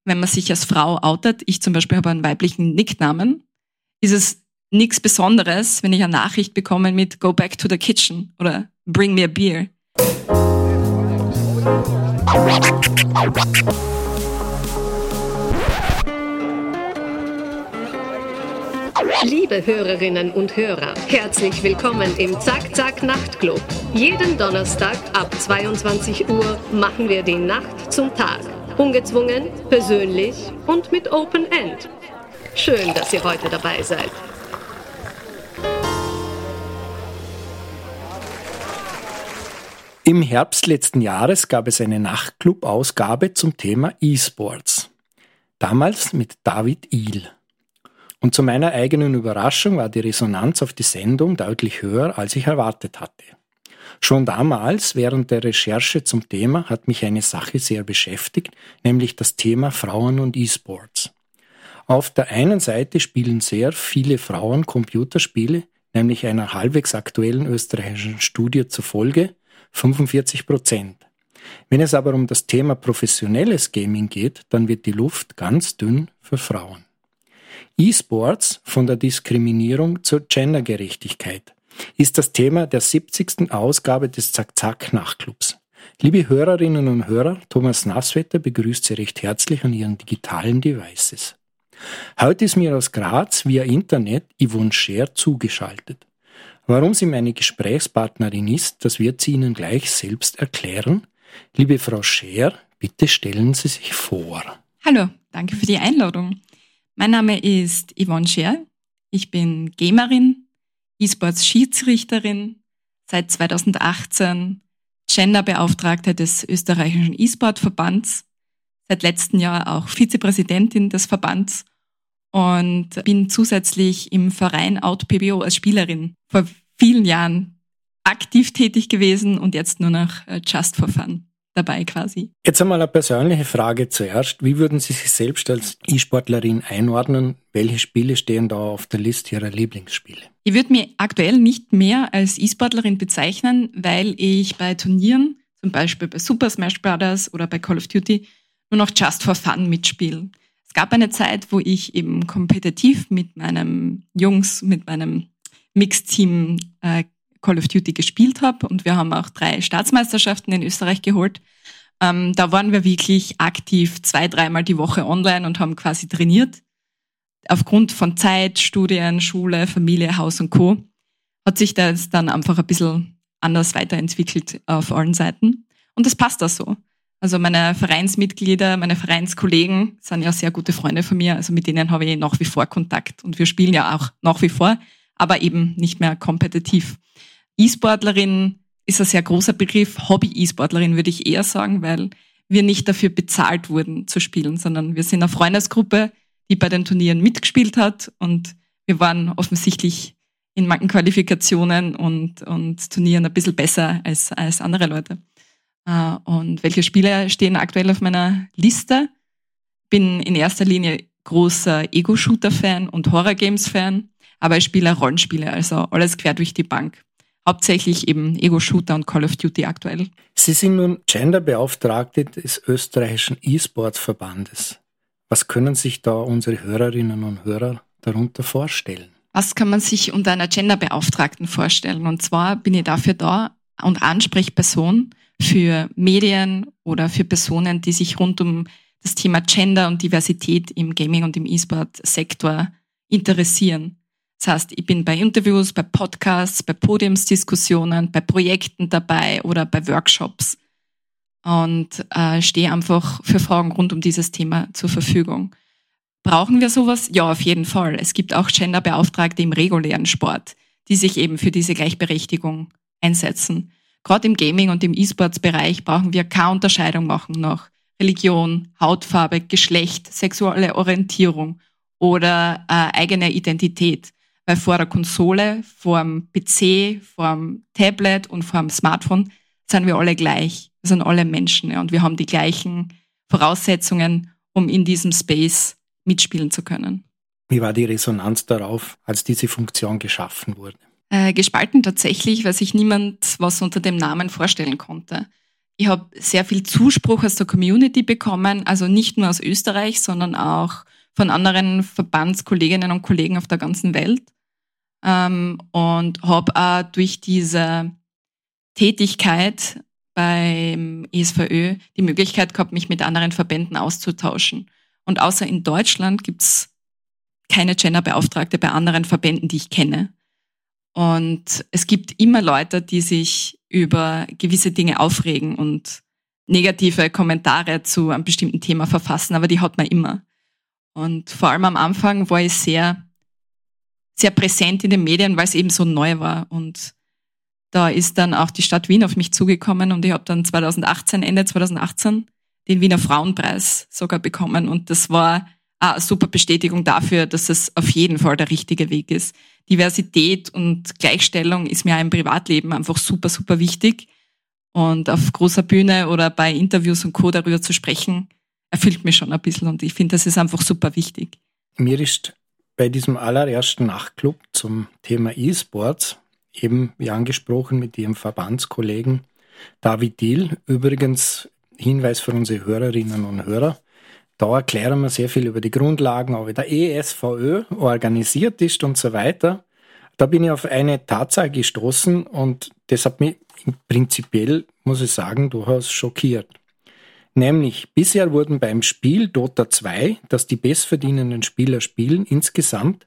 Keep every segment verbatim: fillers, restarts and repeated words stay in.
wenn man sich als Frau outet, ich zum Beispiel habe einen weiblichen Nicknamen, ist es nichts Besonderes, wenn ich eine Nachricht bekomme mit Go back to the kitchen oder Bring me a beer. Liebe Hörerinnen und Hörer, herzlich willkommen im Zack Zack Nachtclub. Jeden Donnerstag ab zweiundzwanzig Uhr machen wir die Nacht zum Tag. Ungezwungen, persönlich und mit Open End. Schön, dass ihr heute dabei seid. Im Herbst letzten Jahres gab es eine Nachtclub-Ausgabe zum Thema E-Sports. Damals mit David Ihl. Und zu meiner eigenen Überraschung war die Resonanz auf die Sendung deutlich höher, als ich erwartet hatte. Schon damals, während der Recherche zum Thema, hat mich eine Sache sehr beschäftigt, nämlich das Thema Frauen und E-Sports. Auf der einen Seite spielen sehr viele Frauen Computerspiele, nämlich einer halbwegs aktuellen österreichischen Studie zufolge fünfundvierzig Prozent. Wenn es aber um das Thema professionelles Gaming geht, dann wird die Luft ganz dünn für Frauen. E-Sports von der Diskriminierung zur Gendergerechtigkeit ist das Thema der siebzigsten Ausgabe des Zack-Zack-Nachtclubs. Liebe Hörerinnen und Hörer, Thomas Nasswetter begrüßt Sie recht herzlich an Ihren digitalen Devices. Heute ist mir aus Graz via Internet Yvonne Scher zugeschaltet. Warum sie meine Gesprächspartnerin ist, das wird sie Ihnen gleich selbst erklären. Liebe Frau Scher, bitte stellen Sie sich vor. Hallo, danke für die Einladung. Mein Name ist Yvonne Scher. Ich bin Gamerin, E-Sports-Schiedsrichterin, seit zweitausendachtzehn Genderbeauftragte des österreichischen E-Sport-Verbands, seit letztem Jahr auch Vizepräsidentin des Verbands und bin zusätzlich im Verein OutPBO als Spielerin vor vielen Jahren aktiv tätig gewesen und jetzt nur noch just for fun dabei quasi. Jetzt einmal eine persönliche Frage zuerst. Wie würden Sie sich selbst als E-Sportlerin einordnen? Welche Spiele stehen da auf der Liste Ihrer Lieblingsspiele? Ich würde mich aktuell nicht mehr als E-Sportlerin bezeichnen, weil ich bei Turnieren, zum Beispiel bei Super Smash Bros. Oder bei Call of Duty, nur noch just for fun mitspiele. Es gab eine Zeit, wo ich eben kompetitiv mit meinem Jungs, mit meinem Mixed-Team äh, Call of Duty gespielt habe und wir haben auch drei Staatsmeisterschaften in Österreich geholt. Ähm, da waren wir wirklich aktiv zwei, dreimal die Woche online und haben quasi trainiert. Aufgrund von Zeit, Studien, Schule, Familie, Haus und Co. hat sich das dann einfach ein bisschen anders weiterentwickelt auf allen Seiten. Und das passt auch so. Also meine Vereinsmitglieder, meine Vereinskollegen sind ja sehr gute Freunde von mir. Also mit denen habe ich nach wie vor Kontakt und wir spielen ja auch nach wie vor, aber eben nicht mehr kompetitiv. E-Sportlerin ist ein sehr großer Begriff. Hobby-E-Sportlerin würde ich eher sagen, weil wir nicht dafür bezahlt wurden zu spielen, sondern wir sind eine Freundesgruppe, die bei den Turnieren mitgespielt hat und wir waren offensichtlich in manchen Qualifikationen und, und Turnieren ein bisschen besser als, als andere Leute. Und welche Spiele stehen aktuell auf meiner Liste? Bin in erster Linie großer Ego-Shooter-Fan und Horror-Games-Fan, aber ich spiele Rollenspiele, also alles quer durch die Bank. Hauptsächlich eben Ego-Shooter und Call of Duty aktuell. Sie sind nun Genderbeauftragte des österreichischen E-Sports-Verbandes. Was können sich da unsere Hörerinnen und Hörer darunter vorstellen? Was kann man sich unter einer Genderbeauftragten vorstellen? Und zwar bin ich dafür da und Ansprechperson für Medien oder für Personen, die sich rund um das Thema Gender und Diversität im Gaming und im E-Sport-Sektor interessieren. Das heißt, ich bin bei Interviews, bei Podcasts, bei Podiumsdiskussionen, bei Projekten dabei oder bei Workshops und äh, stehe einfach für Fragen rund um dieses Thema zur Verfügung. Brauchen wir sowas? Ja, auf jeden Fall. Es gibt auch Genderbeauftragte im regulären Sport, die sich eben für diese Gleichberechtigung einsetzen. Gerade im Gaming und im E-Sports-Bereich brauchen wir keine Unterscheidung machen nach Religion, Hautfarbe, Geschlecht, sexuelle Orientierung oder äh, eigene Identität. Weil vor der Konsole, vor dem P C, vor dem Tablet und vor dem Smartphone sind wir alle gleich. Wir sind alle Menschen, ja, und wir haben die gleichen Voraussetzungen, um in diesem Space mitspielen zu können. Wie war die Resonanz darauf, als diese Funktion geschaffen wurde? Äh, gespalten tatsächlich, weil sich niemand was unter dem Namen vorstellen konnte. Ich habe sehr viel Zuspruch aus der Community bekommen, also nicht nur aus Österreich, sondern auch von anderen Verbandskolleginnen und Kollegen auf der ganzen Welt. Ähm, und habe auch durch diese Tätigkeit beim E S V Ö die Möglichkeit gehabt, mich mit anderen Verbänden auszutauschen. Und außer in Deutschland gibt's keine Genderbeauftragte bei anderen Verbänden, die ich kenne. Und es gibt immer Leute, die sich über gewisse Dinge aufregen und negative Kommentare zu einem bestimmten Thema verfassen, aber die hat man immer. Und vor allem am Anfang war ich sehr, sehr präsent in den Medien, weil es eben so neu war. Und da ist dann auch die Stadt Wien auf mich zugekommen und ich habe dann zweitausendachtzehn, Ende zweitausendachtzehn, den Wiener Frauenpreis sogar bekommen. Und das war eine super Bestätigung dafür, dass es auf jeden Fall der richtige Weg ist. Diversität und Gleichstellung ist mir auch im Privatleben einfach super, super wichtig. Und auf großer Bühne oder bei Interviews und Co. darüber zu sprechen, erfüllt mich schon ein bisschen. Und ich finde, das ist einfach super wichtig. Mir ist bei diesem allerersten Nachtclub zum Thema E-Sports, eben wie angesprochen mit Ihrem Verbandskollegen David Diel, übrigens Hinweis für unsere Hörerinnen und Hörer, da erklären wir sehr viel über die Grundlagen, auch wie der E S V Ö organisiert ist und so weiter. Da bin ich auf eine Tatsache gestoßen und das hat mich prinzipiell, muss ich sagen, durchaus schockiert. Nämlich, bisher wurden beim Spiel Dota zwei, das die bestverdienenden Spieler spielen, insgesamt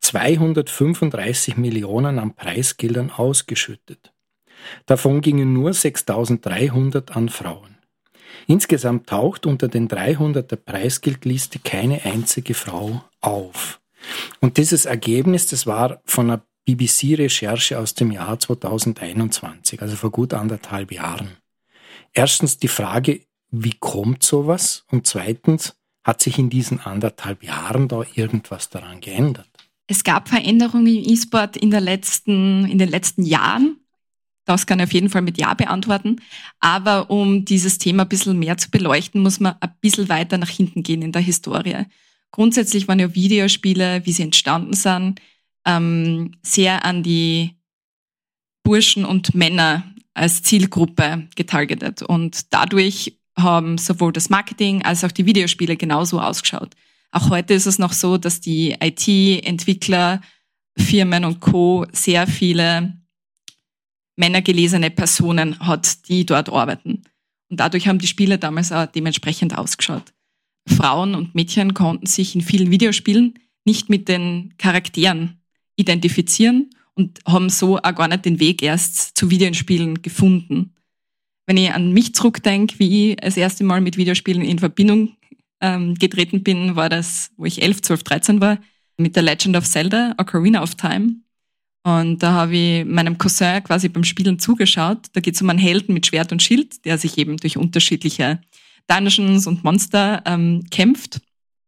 zweihundertfünfunddreißig Millionen an Preisgeldern ausgeschüttet. Davon gingen nur sechstausenddreihundert an Frauen. Insgesamt taucht unter den dreihundert der Preisgeldliste keine einzige Frau auf. Und dieses Ergebnis, das war von einer B B C-Recherche aus dem Jahr zweitausendeinundzwanzig, also vor gut anderthalb Jahren. Erstens die Frage, wie kommt sowas? Und zweitens, hat sich in diesen anderthalb Jahren da irgendwas daran geändert? Es gab Veränderungen im E-Sport in, der letzten, in den letzten Jahren. Das kann ich auf jeden Fall mit Ja beantworten. Aber um dieses Thema ein bisschen mehr zu beleuchten, muss man ein bisschen weiter nach hinten gehen in der Historie. Grundsätzlich waren ja Videospiele, wie sie entstanden sind, ähm, sehr an die Burschen und Männer als Zielgruppe getargetet. Und dadurch haben sowohl das Marketing als auch die Videospiele genauso ausgeschaut. Auch heute ist es noch so, dass die I T-Entwickler, Firmen und Co. sehr viele männergelesene Personen hat, die dort arbeiten. Und dadurch haben die Spiele damals auch dementsprechend ausgeschaut. Frauen und Mädchen konnten sich in vielen Videospielen nicht mit den Charakteren identifizieren und haben so auch gar nicht den Weg erst zu Videospielen gefunden. Wenn ich an mich zurückdenke, wie ich das erste Mal mit Videospielen in Verbindung ähm, getreten bin, war das, wo ich elf, zwölf, dreizehn war, mit der Legend of Zelda, Ocarina of Time. Und da habe ich meinem Cousin quasi beim Spielen zugeschaut. Da geht es um einen Helden mit Schwert und Schild, der sich eben durch unterschiedliche Dungeons und Monster ähm, kämpft.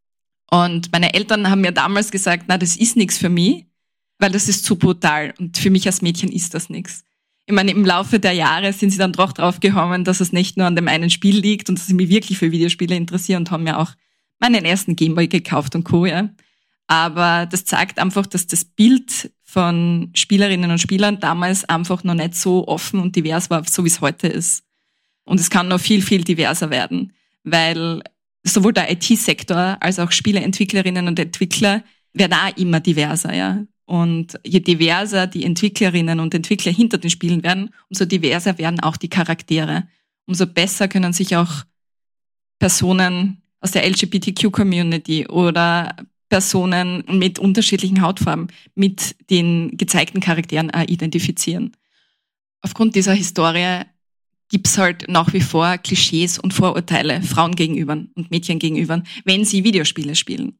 Und meine Eltern haben mir damals gesagt, na, das ist nichts für mich, weil das ist zu brutal. Und für mich als Mädchen ist das nichts. Ich meine, im Laufe der Jahre sind sie dann doch drauf gekommen, dass es nicht nur an dem einen Spiel liegt und dass ich mich wirklich für Videospiele interessiere und haben mir auch meinen ersten Gameboy gekauft und Co. Ja. Aber das zeigt einfach, dass das Bild von Spielerinnen und Spielern damals einfach noch nicht so offen und divers war, so wie es heute ist. Und es kann noch viel, viel diverser werden, weil sowohl der I T-Sektor als auch Spieleentwicklerinnen und Entwickler werden auch immer diverser, ja. Und je diverser die Entwicklerinnen und Entwickler hinter den Spielen werden, umso diverser werden auch die Charaktere. Umso besser können sich auch Personen aus der L G B T Q-Community oder Personen mit unterschiedlichen Hautfarben mit den gezeigten Charakteren auch identifizieren. Aufgrund dieser Historie gibt's halt nach wie vor Klischees und Vorurteile Frauen gegenüber und Mädchen gegenüber, wenn sie Videospiele spielen.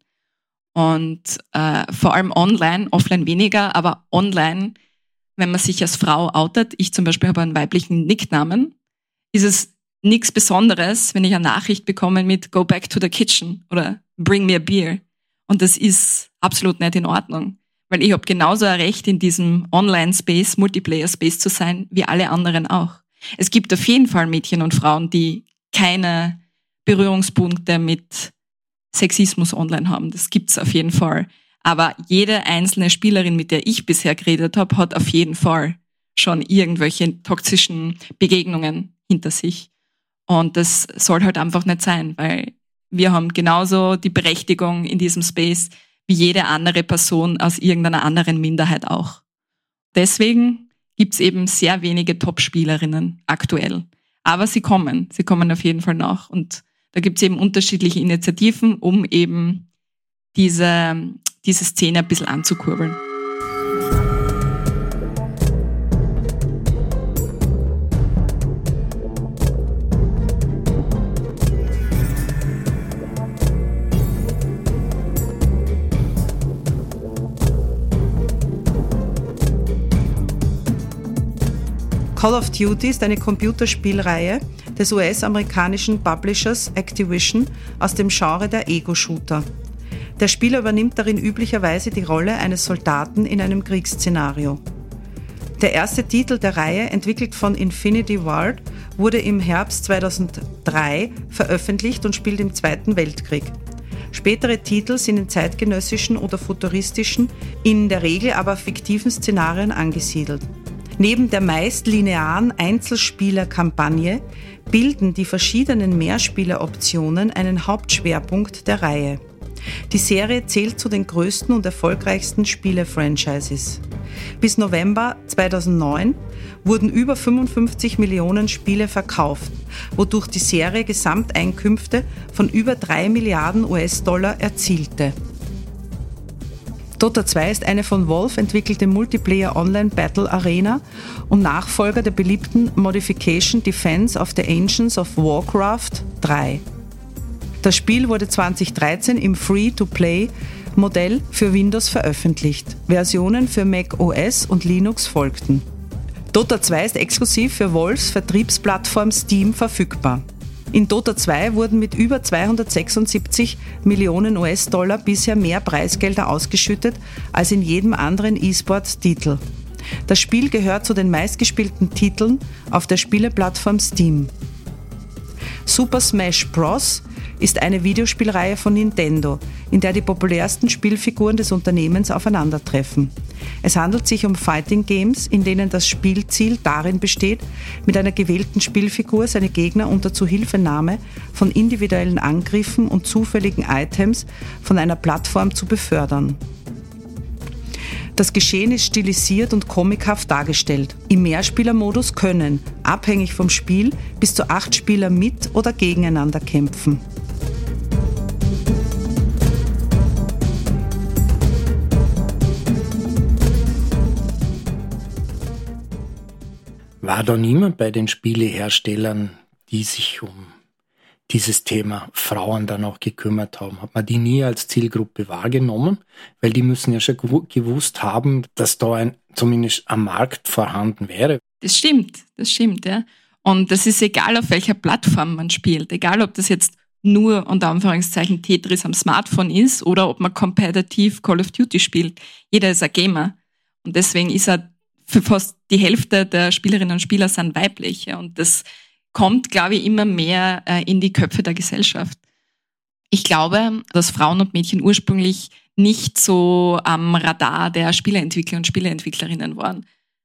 Und äh, vor allem online, offline weniger, aber online, wenn man sich als Frau outet, ich zum Beispiel habe einen weiblichen Nicknamen, ist es nichts Besonderes, wenn ich eine Nachricht bekomme mit Go back to the kitchen oder Bring me a beer. Und das ist absolut nicht in Ordnung, weil ich habe genauso ein Recht, in diesem Online-Space, Multiplayer-Space zu sein, wie alle anderen auch. Es gibt auf jeden Fall Mädchen und Frauen, die keine Berührungspunkte mit Sexismus online haben. Das gibt's auf jeden Fall. Aber jede einzelne Spielerin, mit der ich bisher geredet habe, hat auf jeden Fall schon irgendwelche toxischen Begegnungen hinter sich. Und das soll halt einfach nicht sein, weil wir haben genauso die Berechtigung in diesem Space wie jede andere Person aus irgendeiner anderen Minderheit auch. Deswegen gibt's eben sehr wenige Top-Spielerinnen aktuell. Aber sie kommen, sie kommen auf jeden Fall nach. Und da gibt's eben unterschiedliche Initiativen, um eben diese, diese Szene ein bisschen anzukurbeln. Call of Duty ist eine Computerspielreihe des U S-amerikanischen Publishers Activision aus dem Genre der Ego-Shooter. Der Spieler übernimmt darin üblicherweise die Rolle eines Soldaten in einem Kriegsszenario. Der erste Titel der Reihe, entwickelt von Infinity Ward, wurde im Herbst zweitausenddrei veröffentlicht und spielt im Zweiten Weltkrieg. Spätere Titel sind in zeitgenössischen oder futuristischen, in der Regel aber fiktiven Szenarien angesiedelt. Neben der meist linearen Einzelspieler-Kampagne bilden die verschiedenen Mehrspieler-Optionen einen Hauptschwerpunkt der Reihe. Die Serie zählt zu den größten und erfolgreichsten Spiele-Franchises. Bis November zweitausendneun wurden über fünfundfünfzig Millionen Spiele verkauft, wodurch die Serie Gesamteinkünfte von über drei Milliarden U S-Dollar erzielte. Dota zwei ist eine von Valve entwickelte Multiplayer-Online-Battle-Arena und Nachfolger der beliebten Modification Defense of the Ancients of Warcraft drei. Das Spiel wurde zweitausenddreizehn im Free-to-Play-Modell für Windows veröffentlicht. Versionen für Mac O S und Linux folgten. Dota zwei ist exklusiv für Valves Vertriebsplattform Steam verfügbar. In Dota zwei wurden mit über zweihundertsechsundsiebzig Millionen U S-Dollar bisher mehr Preisgelder ausgeschüttet als in jedem anderen E-Sport-Titel. Das Spiel gehört zu den meistgespielten Titeln auf der Spieleplattform Steam. Super Smash Bros. Ist eine Videospielreihe von Nintendo, in der die populärsten Spielfiguren des Unternehmens aufeinandertreffen. Es handelt sich um Fighting Games, in denen das Spielziel darin besteht, mit einer gewählten Spielfigur seine Gegner unter Zuhilfenahme von individuellen Angriffen und zufälligen Items von einer Plattform zu befördern. Das Geschehen ist stilisiert und comichaft dargestellt. Im Mehrspielermodus können, abhängig vom Spiel, bis zu acht Spieler mit oder gegeneinander kämpfen. War da niemand bei den Spieleherstellern, die sich um dieses Thema Frauen dann auch gekümmert haben? Hat man die nie als Zielgruppe wahrgenommen? Weil die müssen ja schon gewusst haben, dass da ein, zumindest ein Markt vorhanden wäre. Das stimmt, das stimmt, ja. Und das ist egal, auf welcher Plattform man spielt. Egal, ob das jetzt nur unter Anführungszeichen Tetris am Smartphone ist oder ob man kompetitiv Call of Duty spielt. Jeder ist ein Gamer. Und deswegen ist er für fast die Hälfte der Spielerinnen und Spieler sind weiblich. Ja. Und das kommt, glaube ich, immer mehr äh, in die Köpfe der Gesellschaft. Ich glaube, dass Frauen und Mädchen ursprünglich nicht so am Radar der Spieleentwickler und Spieleentwicklerinnen waren.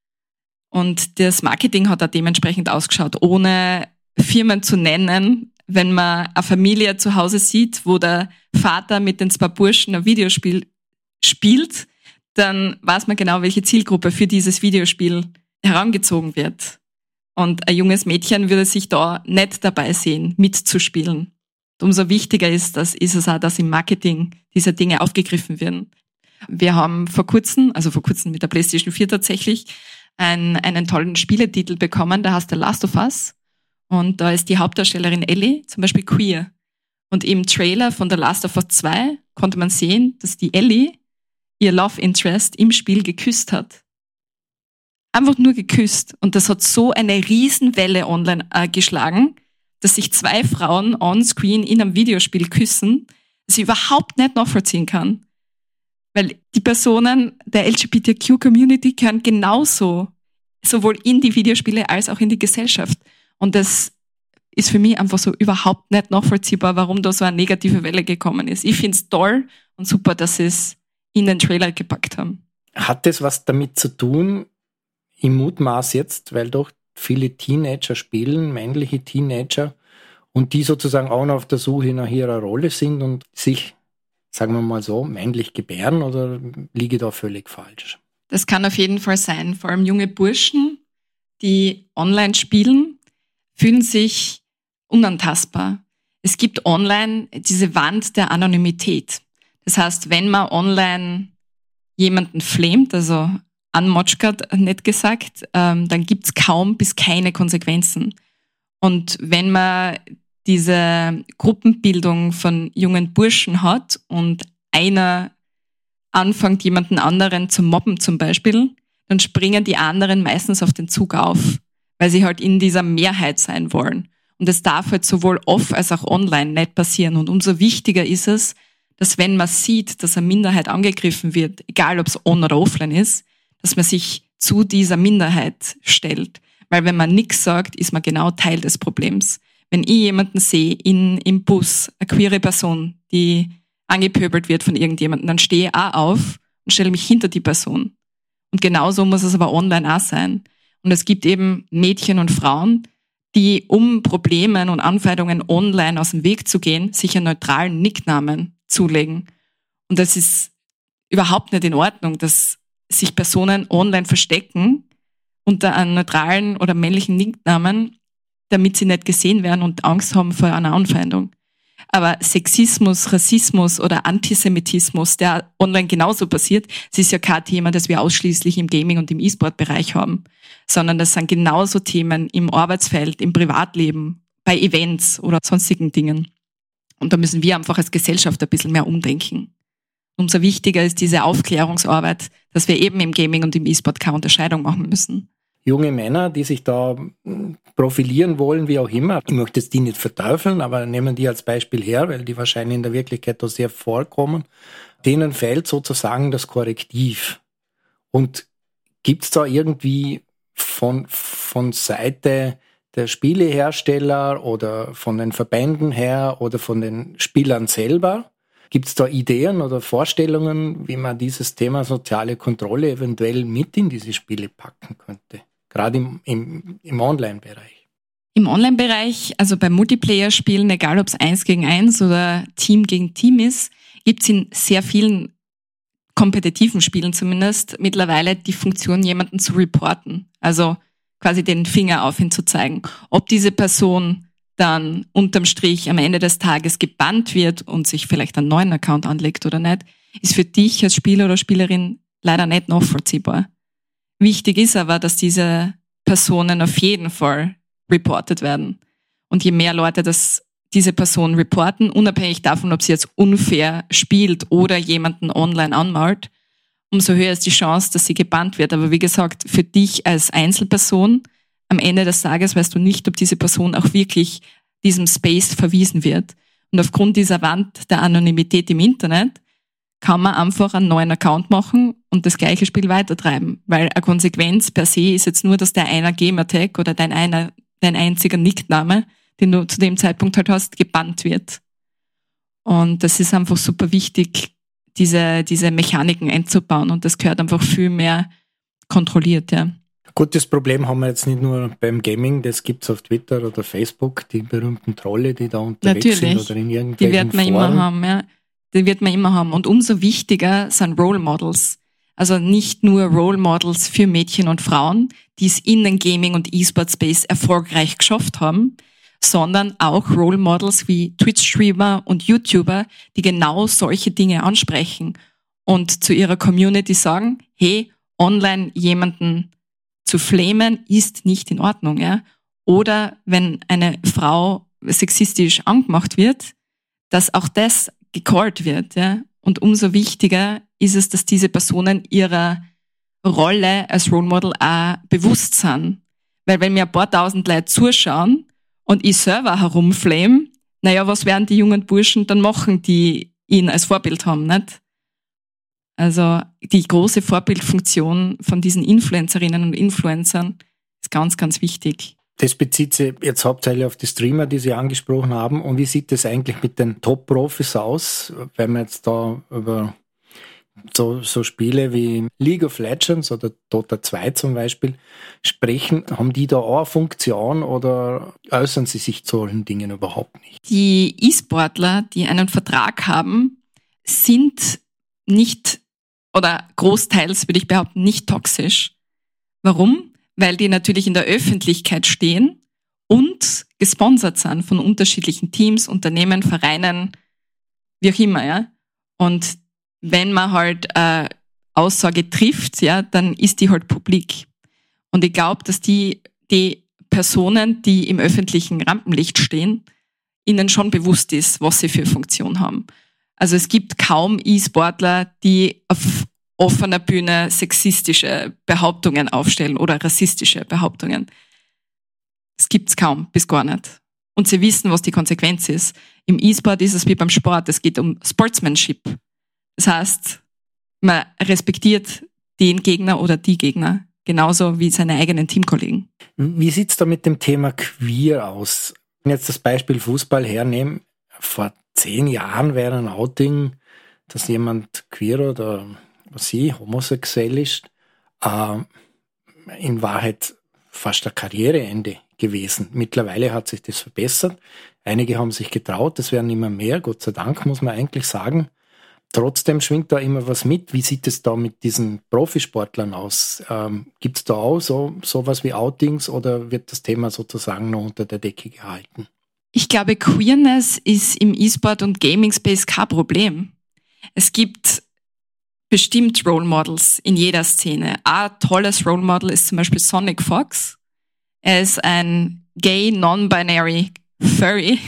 Und das Marketing hat da dementsprechend ausgeschaut, ohne Firmen zu nennen. Wenn man eine Familie zu Hause sieht, wo der Vater mit den zwei Burschen ein Videospiel spielt, dann weiß man genau, welche Zielgruppe für dieses Videospiel herangezogen wird. Und ein junges Mädchen würde sich da nicht dabei sehen, mitzuspielen. Und umso wichtiger ist, das, ist es auch, dass im Marketing diese Dinge aufgegriffen werden. Wir haben vor kurzem, also vor kurzem mit der PlayStation vier tatsächlich, einen, einen tollen Spieletitel bekommen, der heißt The Last of Us. Und da ist die Hauptdarstellerin Ellie zum Beispiel queer. Und im Trailer von The Last of Us zwei konnte man sehen, dass die Ellie ihr Love Interest im Spiel geküsst hat. Einfach nur geküsst. Und das hat so eine Riesenwelle online äh, geschlagen, dass sich zwei Frauen on-screen in einem Videospiel küssen, das ich überhaupt nicht nachvollziehen kann. Weil die Personen der L G B T Q-Community gehören genauso, sowohl in die Videospiele als auch in die Gesellschaft. Und das ist für mich einfach so überhaupt nicht nachvollziehbar, warum da so eine negative Welle gekommen ist. Ich finde es toll und super, dass sie es in den Trailer gepackt haben. Hat das was damit zu tun, im Mutmaß jetzt, weil doch viele Teenager spielen, männliche Teenager, und die sozusagen auch noch auf der Suche nach ihrer Rolle sind und sich, sagen wir mal so, männlich gebären, oder liege ich da völlig falsch? Das kann auf jeden Fall sein. Vor allem junge Burschen, die online spielen, fühlen sich unantastbar. Es gibt online diese Wand der Anonymität. Das heißt, wenn man online jemanden flamet, also anmotschkert, nett gesagt, ähm, dann gibt's kaum bis keine Konsequenzen. Und wenn man diese Gruppenbildung von jungen Burschen hat und einer anfängt, jemanden anderen zu mobben zum Beispiel, dann springen die anderen meistens auf den Zug auf, weil sie halt in dieser Mehrheit sein wollen. Und das darf halt sowohl off als auch online nicht passieren. Und umso wichtiger ist es, dass wenn man sieht, dass eine Minderheit angegriffen wird, egal ob es on oder offline ist, dass man sich zu dieser Minderheit stellt. Weil wenn man nichts sagt, ist man genau Teil des Problems. Wenn ich jemanden sehe in, im Bus, eine queere Person, die angepöbelt wird von irgendjemandem, dann stehe ich auch auf und stelle mich hinter die Person. Und genauso muss es aber online auch sein. Und es gibt eben Mädchen und Frauen, die, um Problemen und Anfeindungen online aus dem Weg zu gehen, sich einen neutralen Nicknamen zulegen. Und das ist überhaupt nicht in Ordnung, dass sich Personen online verstecken unter einem neutralen oder männlichen Nicknamen, damit sie nicht gesehen werden und Angst haben vor einer Anfeindung. Aber Sexismus, Rassismus oder Antisemitismus, der online genauso passiert, das ist ja kein Thema, das wir ausschließlich im Gaming- und im E-Sport-Bereich haben, sondern das sind genauso Themen im Arbeitsfeld, im Privatleben, bei Events oder sonstigen Dingen. Und da müssen wir einfach als Gesellschaft ein bisschen mehr umdenken. Umso wichtiger ist diese Aufklärungsarbeit, dass wir eben im Gaming und im E-Sport keine Unterscheidung machen müssen. Junge Männer, die sich da profilieren wollen, wie auch immer. Ich möchte jetzt die nicht verteufeln, aber nehmen die als Beispiel her, weil die wahrscheinlich in der Wirklichkeit da sehr vorkommen. Denen fehlt sozusagen das Korrektiv. Und gibt's da irgendwie von, von Seite der Spielehersteller oder von den Verbänden her oder von den Spielern selber, gibt's da Ideen oder Vorstellungen, wie man dieses Thema soziale Kontrolle eventuell mit in diese Spiele packen könnte? Gerade im, im, im Online-Bereich. Im Online-Bereich, also bei Multiplayer-Spielen, egal ob es eins gegen eins oder Team gegen Team ist, gibt es in sehr vielen kompetitiven Spielen zumindest mittlerweile die Funktion, jemanden zu reporten. Also quasi den Finger auf ihn zu zeigen. Ob diese Person dann unterm Strich am Ende des Tages gebannt wird und sich vielleicht einen neuen Account anlegt oder nicht, ist für dich als Spieler oder Spielerin leider nicht nachvollziehbar. Wichtig ist aber, dass diese Personen auf jeden Fall reported werden. Und je mehr Leute das, diese Person reporten, unabhängig davon, ob sie jetzt unfair spielt oder jemanden online anmalt, umso höher ist die Chance, dass sie gebannt wird. Aber wie gesagt, für dich als Einzelperson, am Ende des Tages weißt du nicht, ob diese Person auch wirklich diesem Space verwiesen wird. Und aufgrund dieser Wand der Anonymität im Internet kann man einfach einen neuen Account machen und das gleiche Spiel weitertreiben. Weil eine Konsequenz per se ist jetzt nur, dass der einer Gamertag oder dein, einer, dein einziger Nickname, den du zu dem Zeitpunkt halt hast, gebannt wird. Und das ist einfach super wichtig, diese, diese Mechaniken einzubauen. Und das gehört einfach viel mehr kontrolliert, ja. Gut, das Problem haben wir jetzt nicht nur beim Gaming, das gibt's auf Twitter oder Facebook, die berühmten Trolle, die da unterwegs Natürlich. sind oder in irgendwelchen Die wird man Foren. immer haben, ja. Die wird man immer haben. Und umso wichtiger sind Role Models. Also nicht nur Role Models für Mädchen und Frauen, die es in den Gaming- und E-Sport-Space erfolgreich geschafft haben, sondern auch Role Models wie Twitch-Streamer und YouTuber, die genau solche Dinge ansprechen und zu ihrer Community sagen, hey, online jemanden zu flamen ist nicht in Ordnung, ja. Oder wenn eine Frau sexistisch angemacht wird, dass auch das gecallt wird, ja. Und umso wichtiger ist es, dass diese Personen ihrer Rolle als Role Model auch bewusst sind. Weil wenn mir ein paar tausend Leute zuschauen und ich selber herumflame, naja, was werden die jungen Burschen dann machen, die ihn als Vorbild haben, nicht? Also die große Vorbildfunktion von diesen Influencerinnen und Influencern ist ganz, ganz wichtig. Das bezieht sich jetzt hauptsächlich auf die Streamer, die Sie angesprochen haben. Und wie sieht das eigentlich mit den Top-Profis aus, wenn wir jetzt da über so, so Spiele wie League of Legends oder Dota zwei zum Beispiel sprechen, haben die da auch eine Funktion oder äußern sie sich zu solchen Dingen überhaupt nicht? Die E-Sportler, die einen Vertrag haben, sind nicht oder großteils, würde ich behaupten, nicht toxisch. Warum? Weil die natürlich in der Öffentlichkeit stehen und gesponsert sind von unterschiedlichen Teams, Unternehmen, Vereinen, wie auch immer, ja. Und wenn man halt äh, Aussage trifft, ja, dann ist die halt publik. Und ich glaube, dass die, die Personen, die im öffentlichen Rampenlicht stehen, ihnen schon bewusst ist, was sie für Funktion haben. Also es gibt kaum E-Sportler, die auf offener Bühne sexistische Behauptungen aufstellen oder rassistische Behauptungen. Das gibt's kaum, bis gar nicht. Und sie wissen, was die Konsequenz ist. Im E-Sport ist es wie beim Sport, es geht um Sportsmanship. Das heißt, man respektiert den Gegner oder die Gegner, genauso wie seine eigenen Teamkollegen. Wie sieht's da mit dem Thema Queer aus? Wenn ich jetzt das Beispiel Fußball hernehme, vor zehn Jahren wäre ein Outing, dass jemand queer oder was sie, homosexuell ist, äh, in Wahrheit fast ein Karriereende gewesen. Mittlerweile hat sich das verbessert. Einige haben sich getraut, das werden immer mehr, Gott sei Dank, muss man eigentlich sagen. Trotzdem schwingt da immer was mit. Wie sieht es da mit diesen Profisportlern aus? Ähm, gibt es da auch so sowas wie Outings oder wird das Thema sozusagen noch unter der Decke gehalten? Ich glaube, Queerness ist im E-Sport und Gaming-Space kein Problem. Es gibt bestimmt Role Models in jeder Szene. Ein tolles Role Model ist zum Beispiel Sonic Fox. Er ist ein gay, non-binary Furry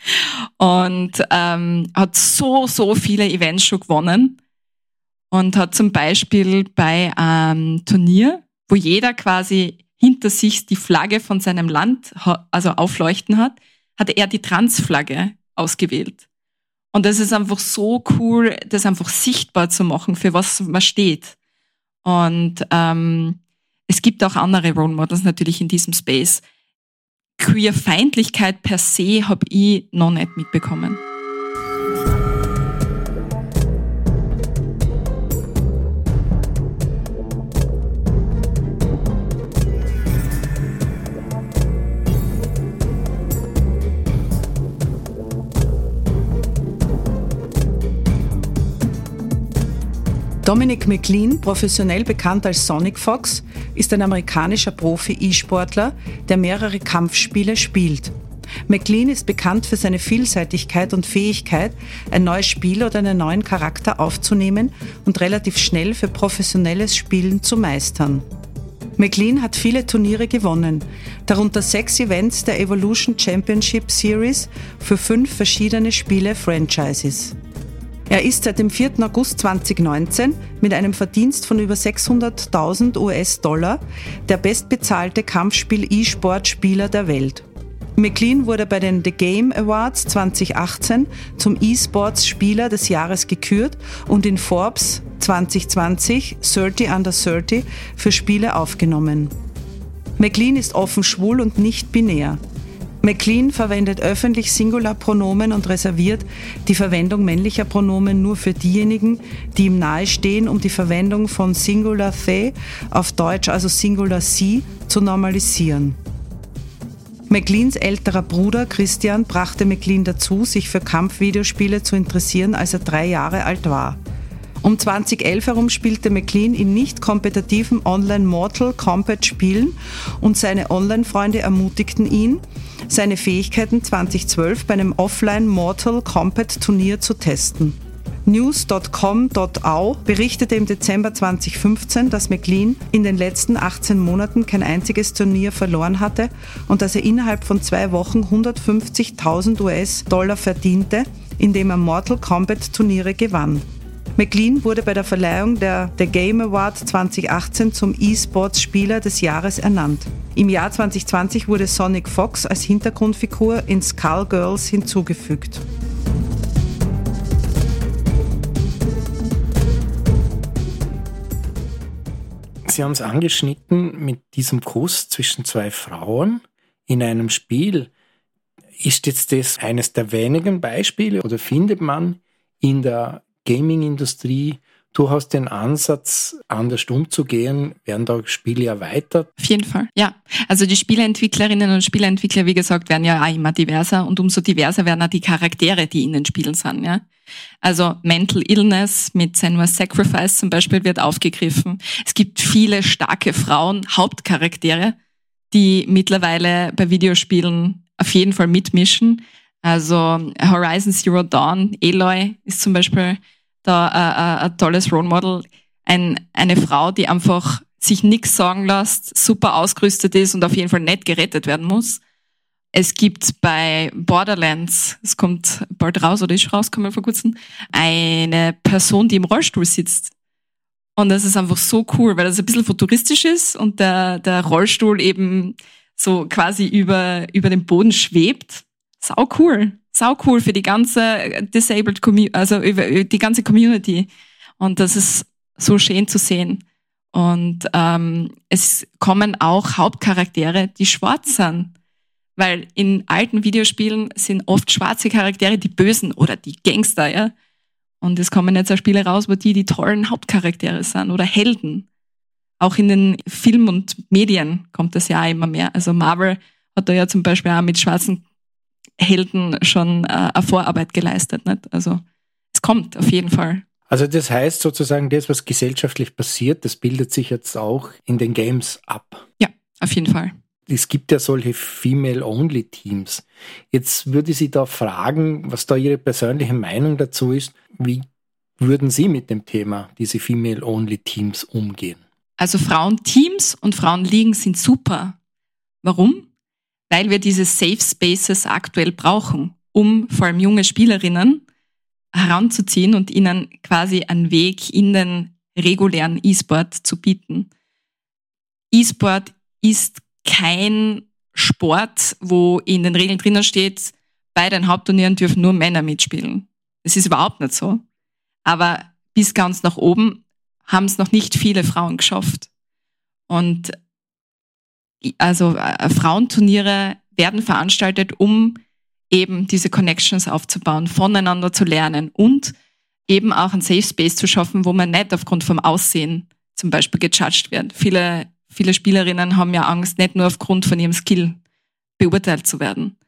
und ähm, hat so, so viele Events schon gewonnen und hat zum Beispiel bei einem Turnier, wo jeder quasi hinter sich die Flagge von seinem Land also aufleuchten hat, hat er die Transflagge ausgewählt. Und das ist einfach so cool, das einfach sichtbar zu machen, für was man steht. Und ähm, es gibt auch andere Role Models natürlich in diesem Space. Queerfeindlichkeit per se habe ich noch nicht mitbekommen. Dominic McLean, professionell bekannt als Sonic Fox, ist ein amerikanischer Profi-E-Sportler, der mehrere Kampfspiele spielt. McLean ist bekannt für seine Vielseitigkeit und Fähigkeit, ein neues Spiel oder einen neuen Charakter aufzunehmen und relativ schnell für professionelles Spielen zu meistern. McLean hat viele Turniere gewonnen, darunter sechs Events der Evolution Championship Series für fünf verschiedene Spiele-Franchises. Er ist seit dem vierten August zweitausendneunzehn mit einem Verdienst von über sechshunderttausend U S-Dollar der bestbezahlte Kampfspiel-E-Sport-Spieler der Welt. McLean wurde bei den The Game Awards zweitausendachtzehn zum E-Sports-Spieler des Jahres gekürt und in Forbes zwanzig zwanzig dreißig under dreißig für Spiele aufgenommen. McLean ist offen schwul und nicht binär. McLean verwendet öffentlich Singularpronomen und reserviert die Verwendung männlicher Pronomen nur für diejenigen, die ihm nahestehen, um die Verwendung von Singular they, auf Deutsch also Singular sie, zu normalisieren. McLeans älterer Bruder Christian brachte McLean dazu, sich für Kampfvideospiele zu interessieren, als er drei Jahre alt war. Um zweitausendelf herum spielte McLean in nicht kompetitiven Online-Mortal Kombat-Spielen und seine Online-Freunde ermutigten ihn, seine Fähigkeiten zweitausendzwölf bei einem Offline-Mortal Kombat-Turnier zu testen. News Punkt com Punkt a u berichtete im Dezember zweitausendfünfzehn, dass McLean in den letzten achtzehn Monaten kein einziges Turnier verloren hatte und dass er innerhalb von zwei Wochen hundertfünfzigtausend U S-Dollar verdiente, indem er Mortal Kombat-Turniere gewann. McLean wurde bei der Verleihung der The Game Award zweitausendachtzehn zum E-Sports-Spieler des Jahres ernannt. Im Jahr zweitausendzwanzig wurde Sonic Fox als Hintergrundfigur in Skullgirls hinzugefügt. Sie haben es angeschnitten mit diesem Kuss zwischen zwei Frauen in einem Spiel. Ist jetzt das eines der wenigen Beispiele oder findet man in der Gaming-Industrie Du hast den Ansatz, anders umzugehen. Werden da Spiele erweitert? Auf jeden Fall, ja. Also die Spieleentwicklerinnen und Spieleentwickler, wie gesagt, werden ja auch immer diverser und umso diverser werden auch die Charaktere, die in den Spielen sind, ja. Also Mental Illness mit Senua's Sacrifice zum Beispiel wird aufgegriffen. Es gibt viele starke Frauen, Hauptcharaktere, die mittlerweile bei Videospielen auf jeden Fall mitmischen. Also Horizon Zero Dawn, Aloy ist zum Beispiel da äh, ein tolles Role Model. Ein, eine Frau, die einfach sich nichts sagen lässt, super ausgerüstet ist und auf jeden Fall nicht gerettet werden muss. Es gibt bei Borderlands, es kommt bald raus oder ist rausgekommen vor kurzem, eine Person, die im Rollstuhl sitzt. Und das ist einfach so cool, weil das ein bisschen futuristisch ist und der, der Rollstuhl eben so quasi über, über dem Boden schwebt. Sau cool. Sau cool für die ganze Disabled Community, also über die ganze Community. Und das ist so schön zu sehen. Und ähm, es kommen auch Hauptcharaktere, die schwarz sind. Weil in alten Videospielen sind oft schwarze Charaktere die Bösen oder die Gangster, ja. Und es kommen jetzt auch Spiele raus, wo die die tollen Hauptcharaktere sind oder Helden. Auch in den Film und Medien kommt das ja auch immer mehr. Also Marvel hat da ja zum Beispiel auch mit schwarzen Helden schon äh, eine Vorarbeit geleistet, nicht? Also es kommt auf jeden Fall. Also das heißt sozusagen, das, was gesellschaftlich passiert, das bildet sich jetzt auch in den Games ab. Ja, auf jeden Fall. Es gibt ja solche Female-Only-Teams. Jetzt würde ich Sie da fragen, was da Ihre persönliche Meinung dazu ist. Wie würden Sie mit dem Thema, diese Female-Only-Teams, umgehen? Also Frauenteams und Frauenligen sind super. Warum? Weil wir diese Safe Spaces aktuell brauchen, um vor allem junge Spielerinnen heranzuziehen und ihnen quasi einen Weg in den regulären E-Sport zu bieten. E-Sport ist kein Sport, wo in den Regeln drinnen steht, bei den Hauptturnieren dürfen nur Männer mitspielen. Das ist überhaupt nicht so. Aber bis ganz nach oben haben es noch nicht viele Frauen geschafft. Und also äh, Frauenturniere werden veranstaltet, um eben diese Connections aufzubauen, voneinander zu lernen und eben auch einen Safe Space zu schaffen, wo man nicht aufgrund vom Aussehen zum Beispiel gejudged wird. Viele, viele Spielerinnen haben ja Angst, nicht nur aufgrund von ihrem Skill beurteilt zu werden.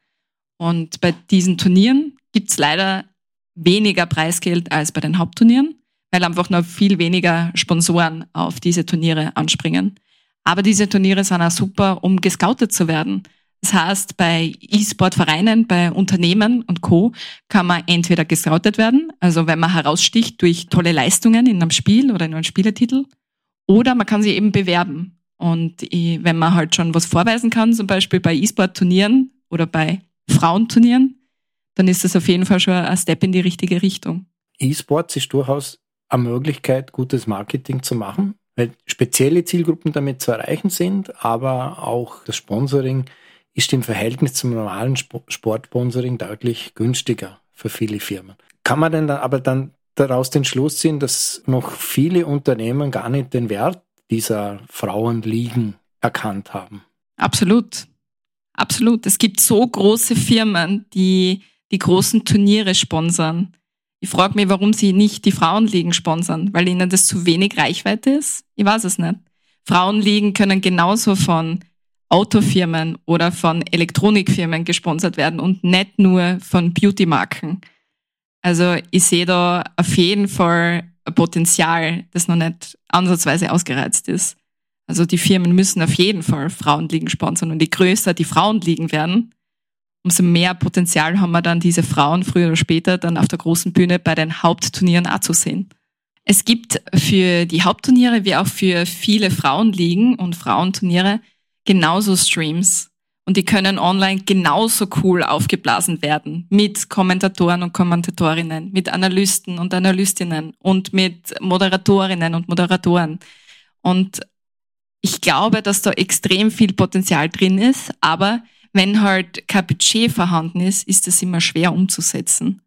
Und bei diesen Turnieren gibt's leider weniger Preisgeld als bei den Hauptturnieren, weil einfach noch viel weniger Sponsoren auf diese Turniere anspringen. Aber diese Turniere sind auch super, um gescoutet zu werden. Das heißt, bei E-Sport-Vereinen, bei Unternehmen und Co. kann man entweder gescoutet werden, also wenn man heraussticht durch tolle Leistungen in einem Spiel oder in einem Spieletitel, oder man kann sich eben bewerben. Und wenn man halt schon was vorweisen kann, zum Beispiel bei E-Sport-Turnieren oder bei Frauenturnieren, dann ist das auf jeden Fall schon ein Step in die richtige Richtung. E-Sports ist durchaus eine Möglichkeit, gutes Marketing zu machen, weil spezielle Zielgruppen damit zu erreichen sind, aber auch das Sponsoring ist im Verhältnis zum normalen Sportsponsoring deutlich günstiger für viele Firmen. Kann man denn dann aber dann daraus den Schluss ziehen, dass noch viele Unternehmen gar nicht den Wert dieser Frauenligen erkannt haben? Absolut. Absolut. Es gibt so große Firmen, die die großen Turniere sponsern. Ich frage mich, warum sie nicht die Frauenligen sponsern, weil ihnen das zu wenig Reichweite ist? Ich weiß es nicht. Frauenligen können genauso von Autofirmen oder von Elektronikfirmen gesponsert werden und nicht nur von Beauty-Marken. Also ich sehe da auf jeden Fall ein Potenzial, das noch nicht ansatzweise ausgereizt ist. Also die Firmen müssen auf jeden Fall Frauenligen sponsern und je größer die Frauenligen werden, umso mehr Potenzial haben wir dann, diese Frauen früher oder später dann auf der großen Bühne bei den Hauptturnieren auch zu sehen. Es gibt für die Hauptturniere wie auch für viele Frauenligen und Frauenturniere genauso Streams. Und die können online genauso cool aufgeblasen werden. Mit Kommentatoren und Kommentatorinnen, mit Analysten und Analystinnen und mit Moderatorinnen und Moderatoren. Und ich glaube, dass da extrem viel Potenzial drin ist, aber wenn halt kein Budget vorhanden ist, ist das immer schwer umzusetzen.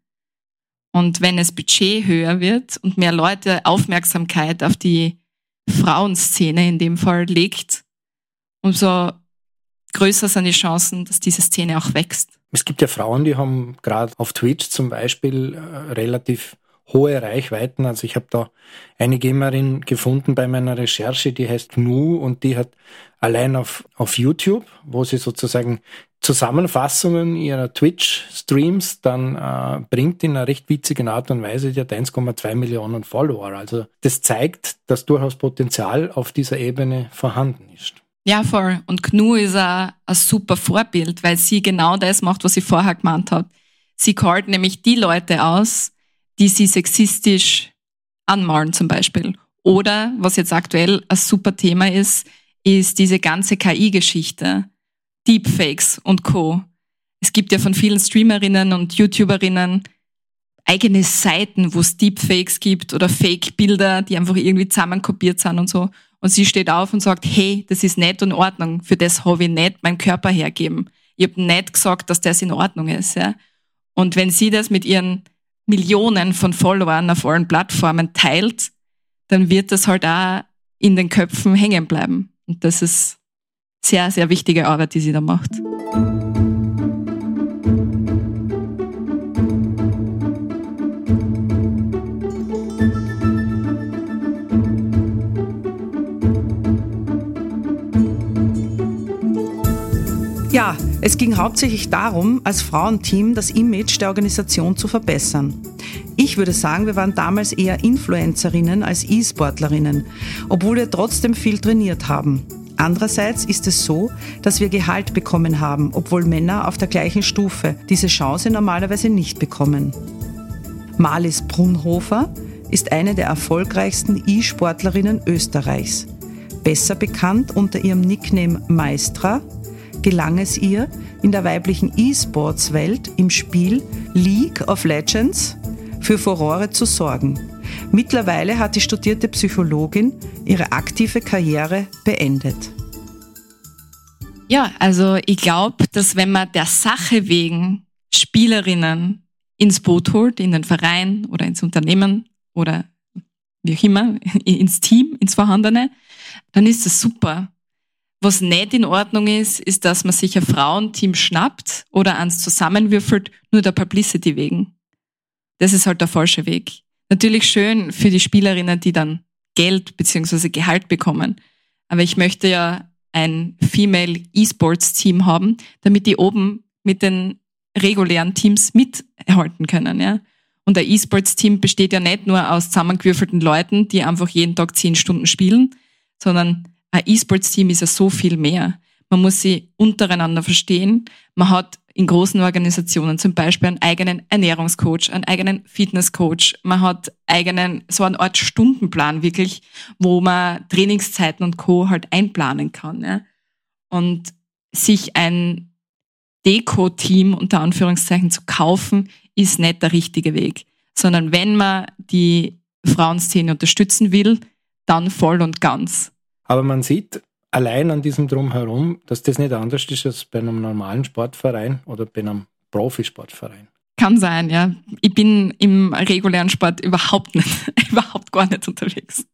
Und wenn das Budget höher wird und mehr Leute Aufmerksamkeit auf die Frauenszene in dem Fall legt, umso größer sind die Chancen, dass diese Szene auch wächst. Es gibt ja Frauen, die haben gerade auf Twitch zum Beispiel äh, relativ hohe Reichweiten. Also ich habe da eine Gamerin gefunden bei meiner Recherche, die heißt Gnu und die hat allein auf, auf YouTube, wo sie sozusagen Zusammenfassungen ihrer Twitch-Streams dann äh, bringt in einer recht witzigen Art und Weise, die hat eins Komma zwei Millionen Follower. Also das zeigt, dass durchaus Potenzial auf dieser Ebene vorhanden ist. Ja, voll. Und Gnu ist ein, ein super Vorbild, weil sie genau das macht, was sie vorher gemeint hat. Sie callt nämlich die Leute aus, die sie sexistisch anmalen zum Beispiel. Oder, was jetzt aktuell ein super Thema ist, ist diese ganze K I-Geschichte. Deepfakes und Co. Es gibt ja von vielen Streamerinnen und YouTuberinnen eigene Seiten, wo es Deepfakes gibt oder Fake-Bilder, die einfach irgendwie zusammenkopiert sind und so. Und sie steht auf und sagt, hey, das ist nicht in Ordnung, für das habe ich nicht meinen Körper hergeben. Ich habe nicht gesagt, dass das in Ordnung ist. Ja. Und wenn sie das mit ihren Millionen von Followern auf allen Plattformen teilt, dann wird das halt auch in den Köpfen hängen bleiben. Und das ist sehr, sehr wichtige Arbeit, die sie da macht. Ja, es ging hauptsächlich darum, als Frauenteam das Image der Organisation zu verbessern. Ich würde sagen, wir waren damals eher Influencerinnen als E-Sportlerinnen, obwohl wir trotzdem viel trainiert haben. Andererseits ist es so, dass wir Gehalt bekommen haben, obwohl Männer auf der gleichen Stufe diese Chance normalerweise nicht bekommen. Marlies Brunhofer ist eine der erfolgreichsten E-Sportlerinnen Österreichs. Besser bekannt unter ihrem Nickname Maestra, gelang es ihr, in der weiblichen E-Sports-Welt im Spiel League of Legends für Furore zu sorgen. Mittlerweile hat die studierte Psychologin ihre aktive Karriere beendet. Ja, also ich glaube, dass wenn man der Sache wegen Spielerinnen ins Boot holt, in den Verein oder ins Unternehmen oder wie auch immer, ins Team, ins Vorhandene, dann ist das super. Was nicht in Ordnung ist, ist, dass man sich ein Frauenteam schnappt oder eins zusammenwürfelt, nur der Publicity wegen. Das ist halt der falsche Weg. Natürlich schön für die Spielerinnen, die dann Geld bzw. Gehalt bekommen. Aber ich möchte ja ein Female E-Sports Team haben, damit die oben mit den regulären Teams mithalten können. Ja? Und ein E-Sports Team besteht ja nicht nur aus zusammengewürfelten Leuten, die einfach jeden Tag zehn Stunden spielen, sondern ein E-Sports Team ist ja so viel mehr. Man muss sie untereinander verstehen. Man hat in großen Organisationen zum Beispiel einen eigenen Ernährungscoach, einen eigenen Fitnesscoach. Man hat eigenen, so eine Art Stundenplan wirklich, wo man Trainingszeiten und Co. halt einplanen kann. Ja. Und sich ein Deko-Team unter Anführungszeichen zu kaufen, ist nicht der richtige Weg. Sondern wenn man die Frauenszene unterstützen will, dann voll und ganz. Aber man sieht allein an diesem Drumherum, dass das nicht anders ist als bei einem normalen Sportverein oder bei einem Profisportverein. Kann sein, ja. Ich bin im regulären Sport überhaupt nicht, überhaupt gar nicht unterwegs.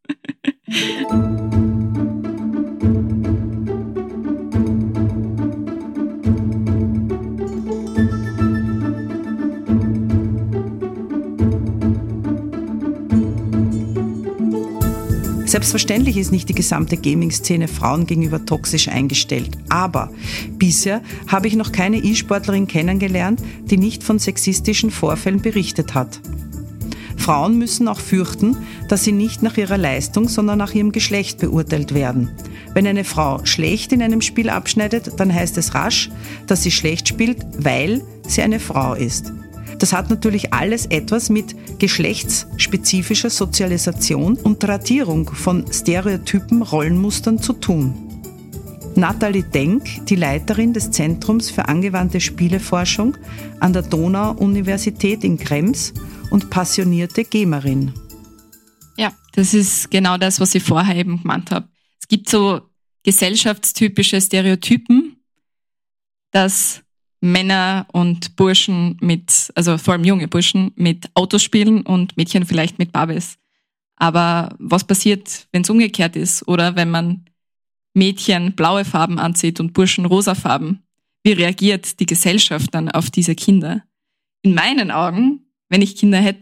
Selbstverständlich ist nicht die gesamte Gaming-Szene Frauen gegenüber toxisch eingestellt. Aber bisher habe ich noch keine E-Sportlerin kennengelernt, die nicht von sexistischen Vorfällen berichtet hat. Frauen müssen auch fürchten, dass sie nicht nach ihrer Leistung, sondern nach ihrem Geschlecht beurteilt werden. Wenn eine Frau schlecht in einem Spiel abschneidet, dann heißt es rasch, dass sie schlecht spielt, weil sie eine Frau ist. Das hat natürlich alles etwas mit geschlechtsspezifischer Sozialisation und Tradierung von Stereotypen, Rollenmustern zu tun. Nathalie Denk, die Leiterin des Zentrums für angewandte Spieleforschung an der Donau-Universität in Krems und passionierte Gamerin. Ja, das ist genau das, was ich vorher eben gemeint habe. Es gibt so gesellschaftstypische Stereotypen, dass Männer und Burschen mit, also vor allem junge Burschen, mit Autos spielen und Mädchen vielleicht mit Barbies. Aber was passiert, wenn es umgekehrt ist? Oder wenn man Mädchen blaue Farben anzieht und Burschen rosa Farben? Wie reagiert die Gesellschaft dann auf diese Kinder? In meinen Augen, wenn ich Kinder hätte,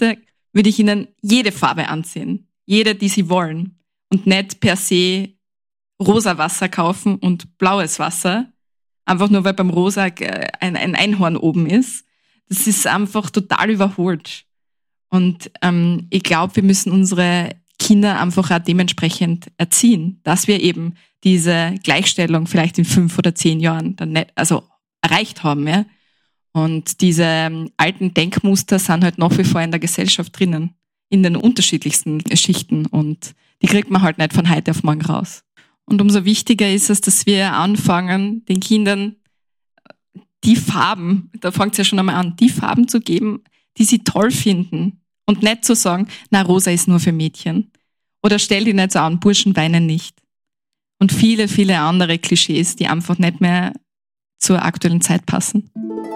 würde ich ihnen jede Farbe anziehen. Jede, die sie wollen. Und nicht per se rosa Wasser kaufen und blaues Wasser. Einfach nur, weil beim Rosa ein, ein Einhorn oben ist. Das ist einfach total überholt. Und ähm, ich glaube, wir müssen unsere Kinder einfach auch dementsprechend erziehen, dass wir eben diese Gleichstellung vielleicht in fünf oder zehn Jahren dann nicht, also erreicht haben. Ja? Und diese ähm, alten Denkmuster sind halt nach wie vor in der Gesellschaft drinnen, in den unterschiedlichsten Schichten. Und die kriegt man halt nicht von heute auf morgen raus. Und umso wichtiger ist es, dass wir anfangen, den Kindern die Farben, da fängt es ja schon einmal an, die Farben zu geben, die sie toll finden. Und nicht zu sagen, na, rosa ist nur für Mädchen. Oder stell dich nicht so an, Burschen weinen nicht. Und viele, viele andere Klischees, die einfach nicht mehr zur aktuellen Zeit passen.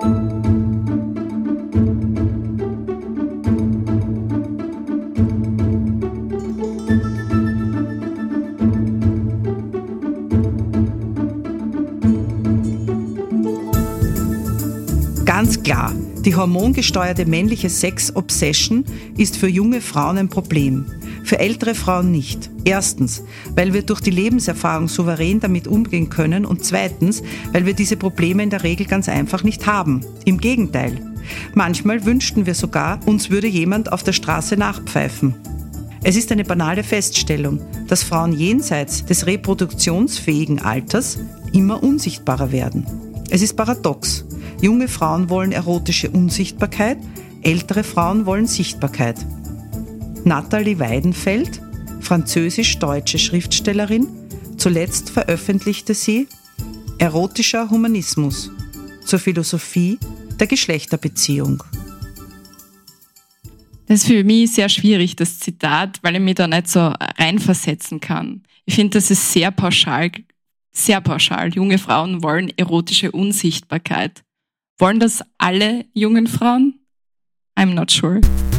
Ganz klar, die hormongesteuerte männliche Sex-Obsession ist für junge Frauen ein Problem, für ältere Frauen nicht. Erstens, weil wir durch die Lebenserfahrung souverän damit umgehen können und zweitens, weil wir diese Probleme in der Regel ganz einfach nicht haben. Im Gegenteil. Manchmal wünschten wir sogar, uns würde jemand auf der Straße nachpfeifen. Es ist eine banale Feststellung, dass Frauen jenseits des reproduktionsfähigen Alters immer unsichtbarer werden. Es ist paradox. Junge Frauen wollen erotische Unsichtbarkeit, ältere Frauen wollen Sichtbarkeit. Nathalie Weidenfeld, französisch-deutsche Schriftstellerin, zuletzt veröffentlichte sie Erotischer Humanismus zur Philosophie der Geschlechterbeziehung. Das ist für mich sehr schwierig, das Zitat, weil ich mich da nicht so reinversetzen kann. Ich finde, das ist sehr pauschal, sehr pauschal. Junge Frauen wollen erotische Unsichtbarkeit. Wollen das alle jungen Frauen? I'm not sure.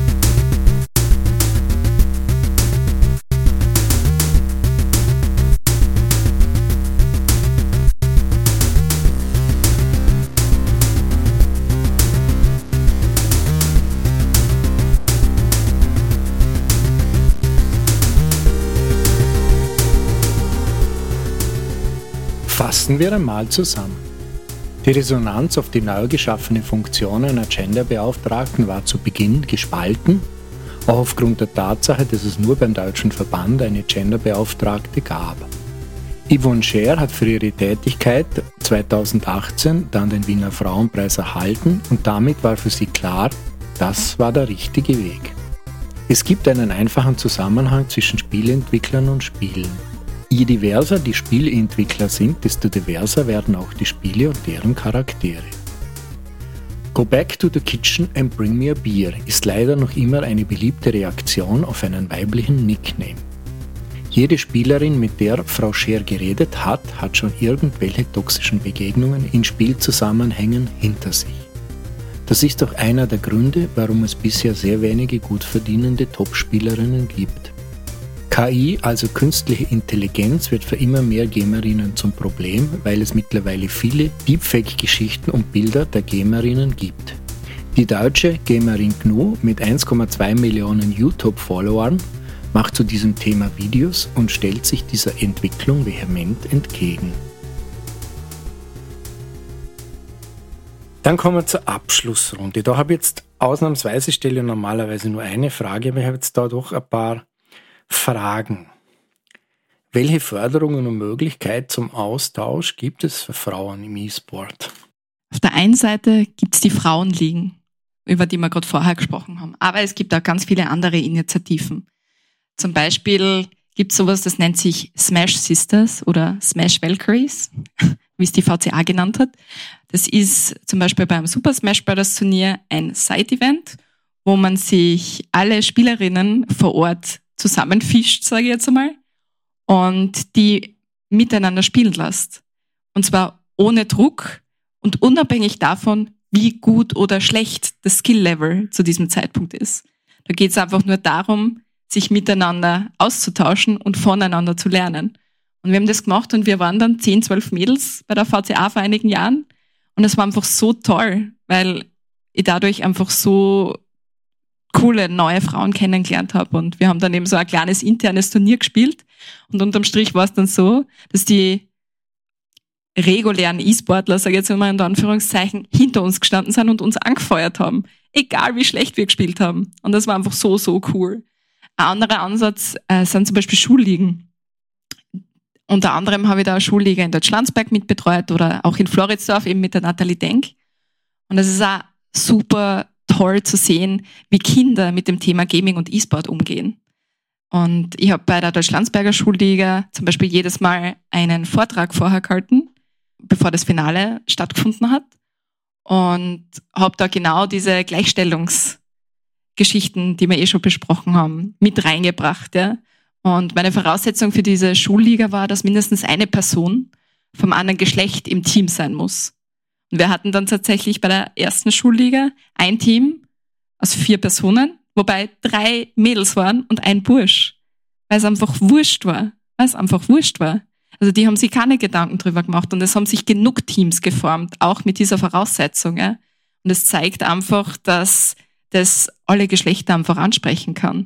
Fassen wir einmal zusammen. Die Resonanz auf die neu geschaffene Funktion einer Genderbeauftragten war zu Beginn gespalten, auch aufgrund der Tatsache, dass es nur beim Deutschen Verband eine Genderbeauftragte gab. Yvonne Scher hat für ihre Tätigkeit zweitausendachtzehn dann den Wiener Frauenpreis erhalten und damit war für sie klar, das war der richtige Weg. Es gibt einen einfachen Zusammenhang zwischen Spieleentwicklern und Spielen. Je diverser die Spieleentwickler sind, desto diverser werden auch die Spiele und deren Charaktere. Go back to the kitchen and bring me a beer ist leider noch immer eine beliebte Reaktion auf einen weiblichen Nickname. Jede Spielerin, mit der Frau Scher geredet hat, hat schon irgendwelche toxischen Begegnungen in Spielzusammenhängen hinter sich. Das ist auch einer der Gründe, warum es bisher sehr wenige gut verdienende Top-Spielerinnen gibt. K I, also künstliche Intelligenz, wird für immer mehr Gamerinnen zum Problem, weil es mittlerweile viele Deepfake-Geschichten und Bilder der Gamerinnen gibt. Die deutsche Gamerin Gnu mit eins Komma zwei Millionen YouTube-Followern macht zu diesem Thema Videos und stellt sich dieser Entwicklung vehement entgegen. Dann kommen wir zur Abschlussrunde. Da habe ich jetzt ausnahmsweise, stelle ich normalerweise nur eine Frage, aber ich habe jetzt da doch ein paar Fragen. Welche Förderungen und Möglichkeiten zum Austausch gibt es für Frauen im E-Sport? Auf der einen Seite gibt es die Frauenligen, über die wir gerade vorher gesprochen haben. Aber es gibt auch ganz viele andere Initiativen. Zum Beispiel gibt es sowas, das nennt sich Smash Sisters oder Smash Valkyries, wie es die V C A genannt hat. Das ist zum Beispiel beim Super Smash Bros. Turnier ein Side-Event, wo man sich alle Spielerinnen vor Ort zusammenfischt, sage ich jetzt einmal, und die miteinander spielen lässt. Und zwar ohne Druck und unabhängig davon, wie gut oder schlecht das Skill-Level zu diesem Zeitpunkt ist. Da geht es einfach nur darum, sich miteinander auszutauschen und voneinander zu lernen. Und wir haben das gemacht und wir waren dann zehn, zwölf Mädels bei der V C A vor einigen Jahren und es war einfach so toll, weil ich dadurch einfach so coole neue Frauen kennengelernt habe. Und wir haben dann eben so ein kleines internes Turnier gespielt. Und unterm Strich war es dann so, dass die regulären E-Sportler, sage ich jetzt mal in Anführungszeichen, hinter uns gestanden sind und uns angefeuert haben. Egal wie schlecht wir gespielt haben. Und das war einfach so, so cool. Ein anderer Ansatz äh, sind zum Beispiel Schulligen. Unter anderem habe ich da eine Schulliga in Deutschlandsberg mitbetreut oder auch in Floridsdorf eben mit der Nathalie Denk. Und das ist auch super toll zu sehen, wie Kinder mit dem Thema Gaming und E-Sport umgehen. Und ich habe bei der Deutschlandsberger Schulliga zum Beispiel jedes Mal einen Vortrag vorher gehalten, bevor das Finale stattgefunden hat. Und habe da genau diese Gleichstellungsgeschichten, die wir eh schon besprochen haben, mit reingebracht. Ja. Und meine Voraussetzung für diese Schulliga war, dass mindestens eine Person vom anderen Geschlecht im Team sein muss. Und wir hatten dann tatsächlich bei der ersten Schulliga ein Team aus vier Personen, wobei drei Mädels waren und ein Bursch. Weil es einfach wurscht war. Weil es einfach wurscht war. Also die haben sich keine Gedanken drüber gemacht und es haben sich genug Teams geformt, auch mit dieser Voraussetzung. Ja? Und es zeigt einfach, dass das alle Geschlechter einfach ansprechen kann.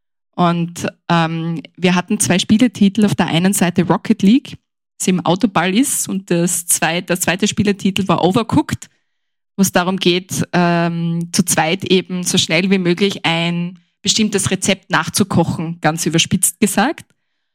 Und ähm, wir hatten zwei Spieletitel. Auf der einen Seite Rocket League, das im Autoball ist, und das zweite, der zweite Spieletitel war Overcooked, wo es darum geht, ähm, zu zweit eben so schnell wie möglich ein bestimmtes Rezept nachzukochen, ganz überspitzt gesagt.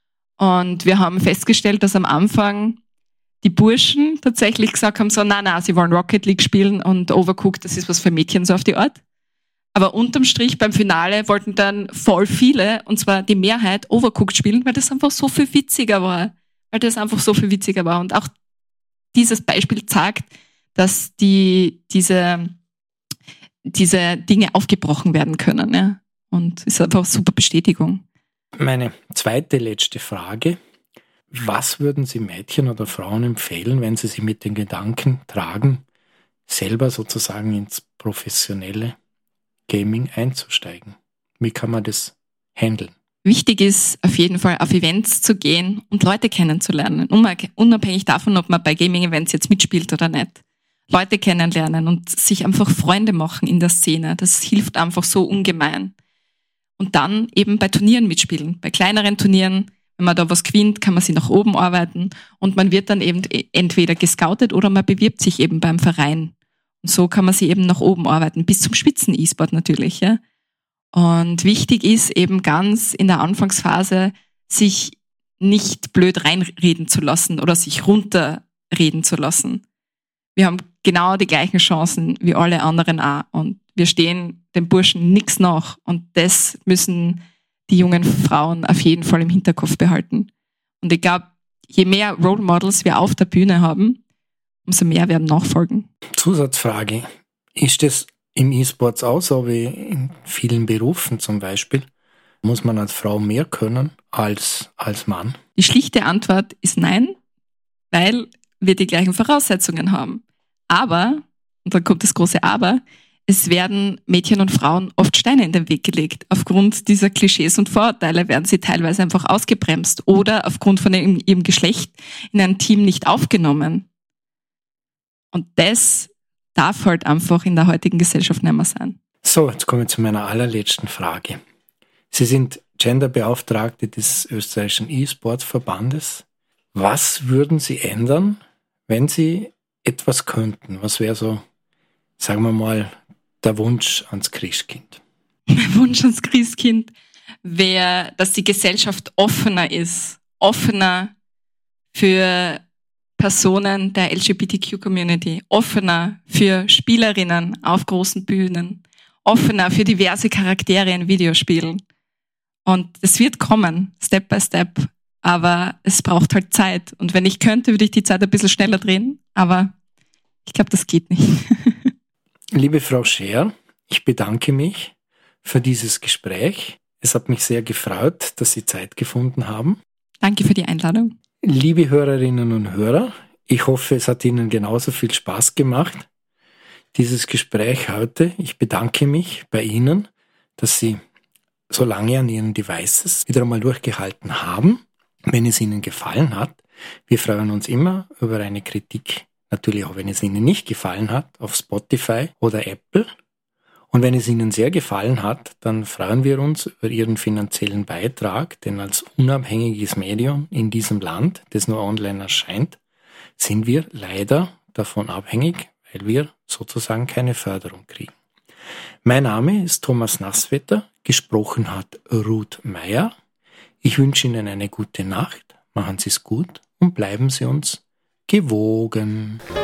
Und wir haben festgestellt, dass am Anfang die Burschen tatsächlich gesagt haben, so, na, na, sie wollen Rocket League spielen und Overcooked, das ist was für Mädchen so auf die Art. Aber unterm Strich beim Finale wollten dann voll viele, und zwar die Mehrheit, Overcooked spielen, weil das einfach so viel witziger war. Weil das einfach so viel witziger war. Und auch dieses Beispiel zeigt, dass die, diese, diese Dinge aufgebrochen werden können. Ja? Und ist einfach eine super Bestätigung. Meine zweite, letzte Frage. Was würden Sie Mädchen oder Frauen empfehlen, wenn sie sich mit den Gedanken tragen, selber sozusagen ins professionelle Gaming einzusteigen? Wie kann man das handeln? Wichtig ist auf jeden Fall, auf Events zu gehen und Leute kennenzulernen. Unabhängig davon, ob man bei Gaming-Events jetzt mitspielt oder nicht. Leute kennenlernen und sich einfach Freunde machen in der Szene. Das hilft einfach so ungemein. Und dann eben bei Turnieren mitspielen. Bei kleineren Turnieren, wenn man da was gewinnt, kann man sich nach oben arbeiten und man wird dann eben entweder gescoutet oder man bewirbt sich eben beim Verein. Und so kann man sich eben nach oben arbeiten, bis zum Spitzen-E-Sport natürlich. Ja. Und wichtig ist eben ganz in der Anfangsphase, sich nicht blöd reinreden zu lassen oder sich runterreden zu lassen. Wir haben genau die gleichen Chancen wie alle anderen auch und wir stehen den Burschen nichts nach und das müssen die jungen Frauen auf jeden Fall im Hinterkopf behalten. Und ich glaube, je mehr Role Models wir auf der Bühne haben, umso mehr werden nachfolgen. Zusatzfrage. Ist das im E-Sports auch so wie in vielen Berufen zum Beispiel? Muss man als Frau mehr können als als Mann? Die schlichte Antwort ist nein, weil wir die gleichen Voraussetzungen haben. Aber, und dann kommt das große Aber, es werden Mädchen und Frauen oft Steine in den Weg gelegt. Aufgrund dieser Klischees und Vorurteile werden sie teilweise einfach ausgebremst oder aufgrund von ihrem, ihrem Geschlecht in ein Team nicht aufgenommen. Und das darf halt einfach in der heutigen Gesellschaft nicht mehr sein. So, jetzt komme ich zu meiner allerletzten Frage. Sie sind Genderbeauftragte des österreichischen E-Sports-Verbandes. Was würden Sie ändern, wenn Sie etwas könnten? Was wäre so, sagen wir mal, der Wunsch ans Christkind? Mein Wunsch ans Christkind wäre, dass die Gesellschaft offener ist. Offener für Personen der L G B T Q-Community. Offener für Spielerinnen auf großen Bühnen. Offener für diverse Charaktere in Videospielen. Und es wird kommen, Step by Step. Aber es braucht halt Zeit. Und wenn ich könnte, würde ich die Zeit ein bisschen schneller drehen. Aber ich glaube, das geht nicht. Liebe Frau Scher, ich bedanke mich für dieses Gespräch. Es hat mich sehr gefreut, dass Sie Zeit gefunden haben. Danke für die Einladung. Liebe Hörerinnen und Hörer, ich hoffe, es hat Ihnen genauso viel Spaß gemacht, dieses Gespräch heute. Ich bedanke mich bei Ihnen, dass Sie so lange an Ihren Devices wieder einmal durchgehalten haben. Wenn es Ihnen gefallen hat, wir freuen uns immer über eine Kritik, natürlich auch wenn es Ihnen nicht gefallen hat, auf Spotify oder Apple. Und wenn es Ihnen sehr gefallen hat, dann freuen wir uns über Ihren finanziellen Beitrag, denn als unabhängiges Medium in diesem Land, das nur online erscheint, sind wir leider davon abhängig, weil wir sozusagen keine Förderung kriegen. Mein Name ist Thomas Nasswetter, gesprochen hat Ruth Meyer. Ich wünsche Ihnen eine gute Nacht, machen Sie es gut und bleiben Sie uns gewogen.